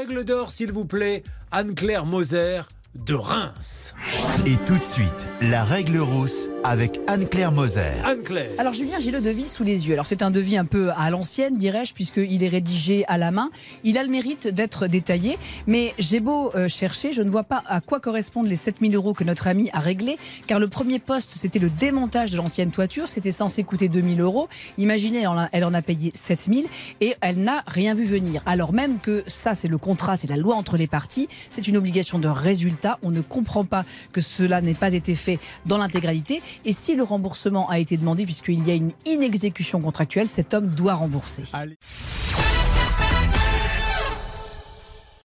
règle d'or, s'il vous plaît, Anne-Claire Moser de Reims. Et tout de suite, la règle rousse avec Anne-Claire Moser. Anne-Claire. Alors Julien, j'ai le devis sous les yeux. Alors c'est un devis un peu à l'ancienne, dirais-je, puisqu'il est rédigé à la main. Il a le mérite d'être détaillé, mais j'ai beau chercher, je ne vois pas à quoi correspondent les 7 000 € que notre ami a réglés, car le premier poste, c'était le démontage de l'ancienne toiture. C'était censé coûter 2 000 €. Imaginez, elle en a payé 7 000 et elle n'a rien vu venir. Alors même que ça, c'est le contrat, c'est la loi entre les parties, c'est une obligation de résultat. On ne comprend pas que cela n'ait pas été fait dans l'intégralité. Et si le remboursement a été demandé, puisqu'il y a une inexécution contractuelle, cet homme doit rembourser. Allez.